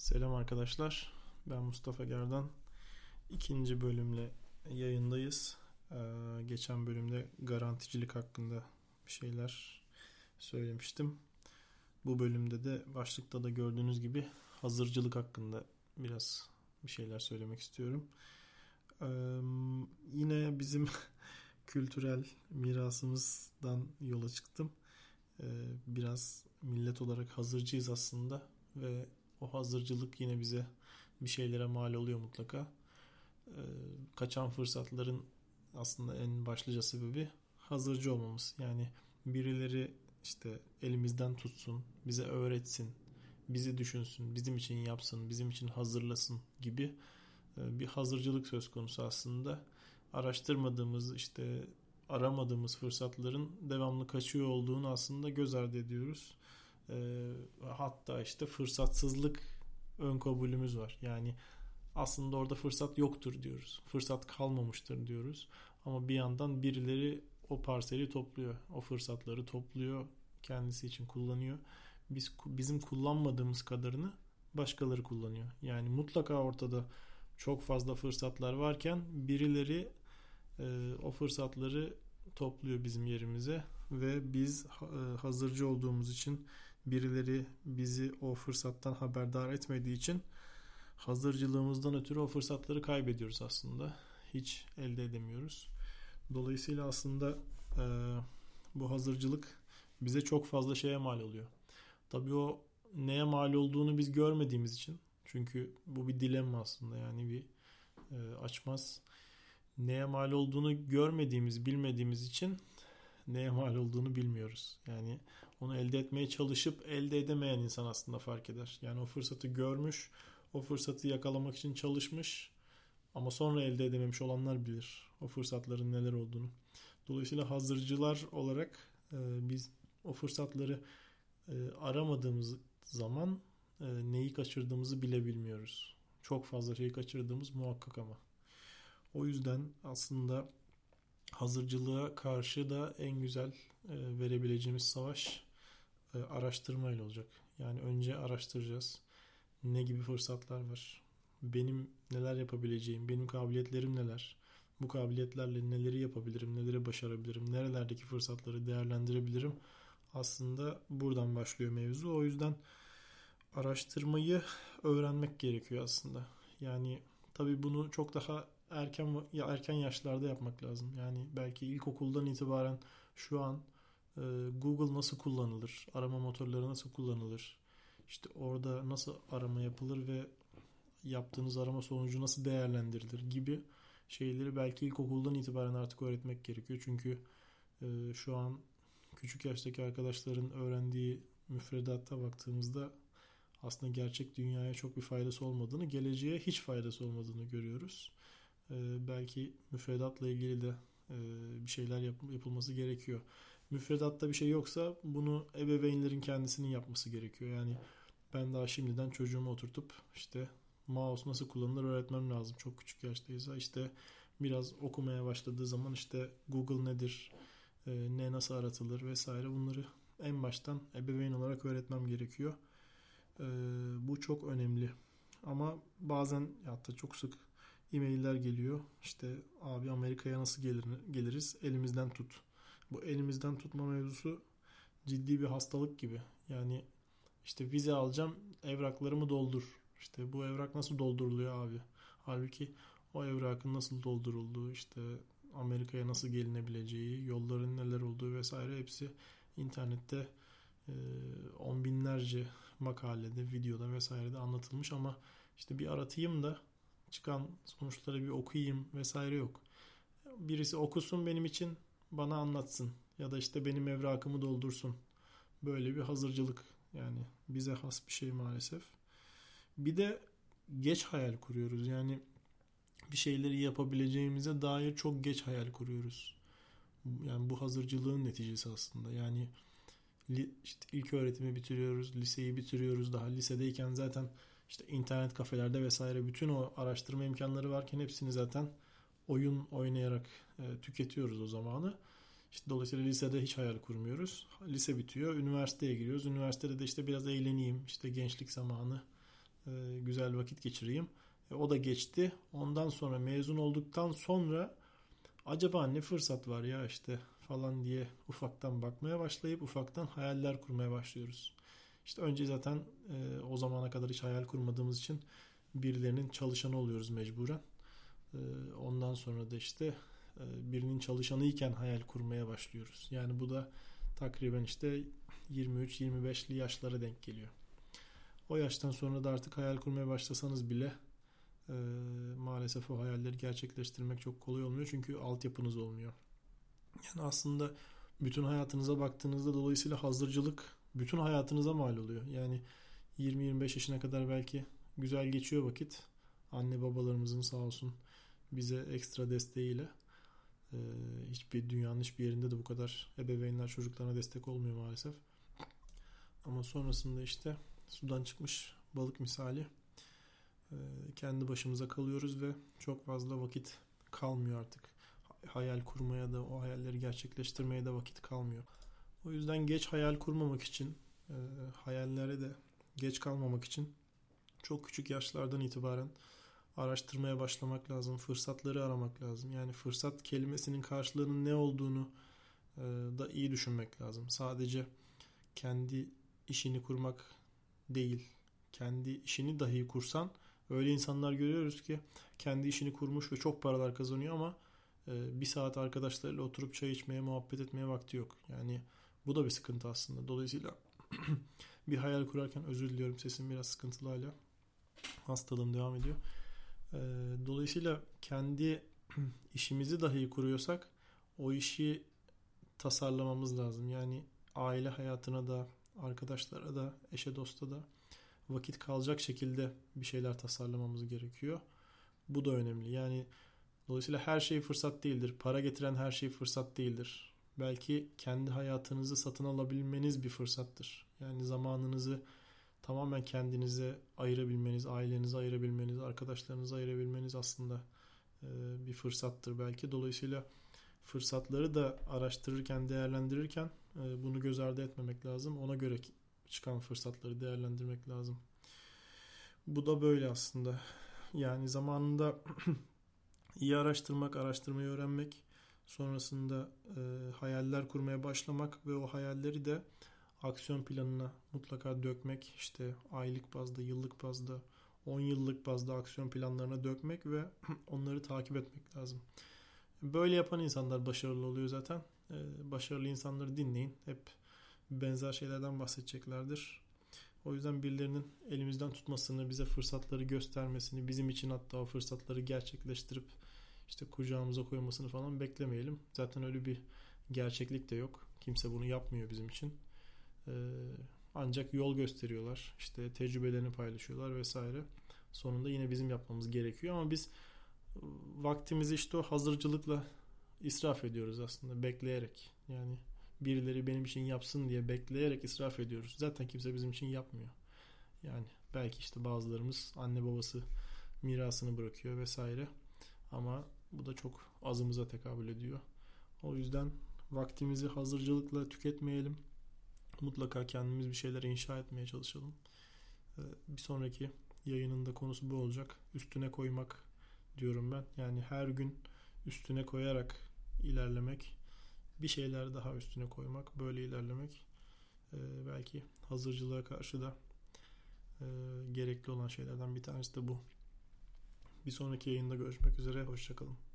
Selam arkadaşlar. Ben Mustafa Gerdan. İkinci bölümle yayındayız. Geçen bölümde garanticilik hakkında bir şeyler söylemiştim. Bu bölümde de başlıkta da gördüğünüz gibi hazırcılık hakkında biraz bir şeyler söylemek istiyorum. Ee, Yine bizim kültürel mirasımızdan yola çıktım. Biraz millet olarak hazırcıyız aslında ve o hazırcılık yine bize bir şeylere mal oluyor mutlaka. Kaçan fırsatların aslında en başlıca sebebi hazırcı olmamız. Yani birileri işte elimizden tutsun, bize öğretsin, bizi düşünsün, bizim için yapsın, bizim için hazırlasın gibi bir hazırcılık söz konusu aslında. Araştırmadığımız, işte aramadığımız fırsatların devamlı kaçıyor olduğunu aslında göz ardı ediyoruz. Hatta işte fırsatsızlık ön kabulümüz var. Yani aslında orada fırsat yoktur diyoruz. Fırsat kalmamıştır diyoruz. Ama bir yandan birileri o parseli topluyor. O fırsatları topluyor. Kendisi için kullanıyor. Bizim kullanmadığımız kadarını başkaları kullanıyor. Yani mutlaka ortada çok fazla fırsatlar varken birileri o fırsatları topluyor bizim yerimize ve biz hazırcı olduğumuz için birileri bizi o fırsattan haberdar etmediği için hazırcılığımızdan ötürü o fırsatları kaybediyoruz aslında. Hiç elde edemiyoruz. Dolayısıyla aslında bu hazırcılık bize çok fazla şeye mal oluyor. Tabii o neye mal olduğunu biz görmediğimiz için, çünkü bu bir dilemma aslında, yani bir açmaz. Neye mal olduğunu görmediğimiz, bilmediğimiz için neye mal olduğunu bilmiyoruz. Yani onu elde etmeye çalışıp elde edemeyen insan aslında fark eder. Yani o fırsatı görmüş, o fırsatı yakalamak için çalışmış ama sonra elde edememiş olanlar bilir o fırsatların neler olduğunu. Dolayısıyla hazırcılar olarak biz o fırsatları aramadığımız zaman neyi kaçırdığımızı bile bilmiyoruz. Çok fazla şeyi kaçırdığımız muhakkak ama. O yüzden aslında hazırcılığa karşı da en güzel verebileceğimiz savaş araştırmayla olacak. Yani önce araştıracağız. Ne gibi fırsatlar var? Benim neler yapabileceğim, benim kabiliyetlerim neler? Bu kabiliyetlerle neleri yapabilirim, neleri başarabilirim, nerelerdeki fırsatları değerlendirebilirim? Aslında buradan başlıyor mevzu. O yüzden araştırmayı öğrenmek gerekiyor aslında. Yani tabii bunu çok daha erken yaşlarda yapmak lazım. Yani belki ilkokuldan itibaren şu an Google nasıl kullanılır, arama motorları nasıl kullanılır, işte orada nasıl arama yapılır ve yaptığınız arama sonucu nasıl değerlendirilir gibi şeyleri belki ilkokuldan itibaren artık öğretmek gerekiyor. Çünkü şu an küçük yaştaki arkadaşların öğrendiği müfredatta baktığımızda aslında gerçek dünyaya çok bir faydası olmadığını, geleceğe hiç faydası olmadığını görüyoruz. Belki müfredatla ilgili de bir şeyler yapılması gerekiyor. Müfredatta bir şey yoksa bunu ebeveynlerin kendisinin yapması gerekiyor. Yani ben daha şimdiden çocuğumu oturtup işte mouse nasıl kullanılır öğretmem lazım. Çok küçük yaştaysa işte biraz okumaya başladığı zaman işte Google nedir, ne nasıl aratılır vesaire, bunları en baştan ebeveyn olarak öğretmem gerekiyor. Bu çok önemli. Ama bazen, hatta çok sık e-mailler geliyor. İşte abi Amerika'ya nasıl geliriz? Elimizden tut. Bu elimizden tutma mevzusu ciddi bir hastalık gibi. Yani işte vize alacağım, evraklarımı doldur. İşte bu evrak nasıl dolduruluyor abi? Halbuki o evrakın nasıl doldurulduğu, işte Amerika'ya nasıl gelinebileceği, yolların neler olduğu vesaire hepsi internette e, on binlerce makalede, videoda vesairede anlatılmış ama işte bir aratayım da çıkan sonuçları bir okuyayım vesaire yok. Birisi okusun benim için, bana anlatsın ya da işte benim evrakımı doldursun. Böyle bir hazırcılık, yani bize has bir şey maalesef. Bir de geç hayal kuruyoruz. Yani bir şeyleri yapabileceğimize dair çok geç hayal kuruyoruz. Yani bu hazırcılığın neticesi aslında. Yani işte ilk öğretimi bitiriyoruz, liseyi bitiriyoruz. Daha lisedeyken zaten işte internet kafelerde vesaire bütün o araştırma imkanları varken hepsini zaten oyun oynayarak tüketiyoruz o zamanı. İşte dolayısıyla lisede hiç hayal kurmuyoruz. Lise bitiyor, üniversiteye giriyoruz. Üniversitede de işte biraz eğleneyim, işte gençlik zamanı, güzel vakit geçireyim. O da geçti. Ondan sonra mezun olduktan sonra acaba ne fırsat var ya işte falan diye ufaktan bakmaya başlayıp ufaktan hayaller kurmaya başlıyoruz. İşte önce zaten o zamana kadar hiç hayal kurmadığımız için birilerinin çalışanı oluyoruz mecburen. Ondan sonra da işte birinin çalışanıyken hayal kurmaya başlıyoruz. Yani bu da takriben işte 23-25'li yaşlara denk geliyor. O yaştan sonra da artık hayal kurmaya başlasanız bile maalesef o hayalleri gerçekleştirmek çok kolay olmuyor. Çünkü altyapınız olmuyor. Yani aslında bütün hayatınıza baktığınızda dolayısıyla hazırcılık bütün hayatınıza mal oluyor. Yani 20-25 yaşına kadar belki güzel geçiyor vakit. Anne babalarımızın sağ olsun bize ekstra desteğiyle. Hiçbir dünyanın hiçbir yerinde de bu kadar ebeveynler çocuklarına destek olmuyor maalesef. Ama sonrasında işte sudan çıkmış balık misali kendi başımıza kalıyoruz ve çok fazla vakit kalmıyor artık. Hayal kurmaya da o hayalleri gerçekleştirmeye de vakit kalmıyor. O yüzden geç hayal kurmamak için, hayallere de geç kalmamak için çok küçük yaşlardan itibaren araştırmaya başlamak lazım. Fırsatları aramak lazım. Yani fırsat kelimesinin karşılığının ne olduğunu da iyi düşünmek lazım. Sadece kendi işini kurmak değil, kendi işini dahi kursan öyle insanlar görüyoruz ki kendi işini kurmuş ve çok paralar kazanıyor ama bir saat arkadaşlarıyla oturup çay içmeye, muhabbet etmeye vakti yok. Yani bu da bir sıkıntı aslında. Dolayısıyla bir hayal kurarken özür diliyorum, sesim biraz sıkıntılı hala. Hastalığım devam ediyor. Dolayısıyla kendi işimizi dahi kuruyorsak o işi tasarlamamız lazım. Yani aile hayatına da, arkadaşlara da, eşe dosta da vakit kalacak şekilde bir şeyler tasarlamamız gerekiyor. Bu da önemli. Yani dolayısıyla her şey fırsat değildir. Para getiren her şey fırsat değildir. Belki kendi hayatınızı satın alabilmeniz bir fırsattır. Yani zamanınızı tamamen kendinize ayırabilmeniz, ailenize ayırabilmeniz, arkadaşlarınıza ayırabilmeniz aslında bir fırsattır belki. Dolayısıyla fırsatları da araştırırken, değerlendirirken bunu göz ardı etmemek lazım. Ona göre çıkan fırsatları değerlendirmek lazım. Bu da böyle aslında. Yani zamanında iyi araştırmak, araştırmayı öğrenmek, sonrasında hayaller kurmaya başlamak ve o hayalleri de aksiyon planına mutlaka dökmek, işte aylık bazda, yıllık bazda, 10 yıllık bazda aksiyon planlarına dökmek ve onları takip etmek lazım. Böyle yapan insanlar başarılı oluyor zaten. Başarılı insanları dinleyin. Hep benzer şeylerden bahsedeceklerdir. O yüzden birilerinin elimizden tutmasını, bize fırsatları göstermesini, bizim için hatta o fırsatları gerçekleştirip işte kucağımıza koymasını falan beklemeyelim. Zaten öyle bir gerçeklik de yok. Kimse bunu yapmıyor bizim için. Ancak yol gösteriyorlar. İşte tecrübelerini paylaşıyorlar vesaire. Sonunda yine bizim yapmamız gerekiyor ama biz vaktimizi işte o hazırcılıkla israf ediyoruz aslında, bekleyerek. Yani birileri benim için yapsın diye bekleyerek israf ediyoruz. Zaten kimse bizim için yapmıyor. Yani belki işte bazılarımız anne babası mirasını bırakıyor vesaire. Ama bu da çok azımıza tekabül ediyor. O yüzden vaktimizi hazırcılıkla tüketmeyelim. Mutlaka kendimiz bir şeyler inşa etmeye çalışalım. Bir sonraki yayının da konusu bu olacak. Üstüne koymak diyorum ben. Yani her gün üstüne koyarak ilerlemek, bir şeyler daha üstüne koymak, böyle ilerlemek belki hazırcılığa karşı da gerekli olan şeylerden bir tanesi de bu. Bir sonraki yayında görüşmek üzere. Hoşça kalın.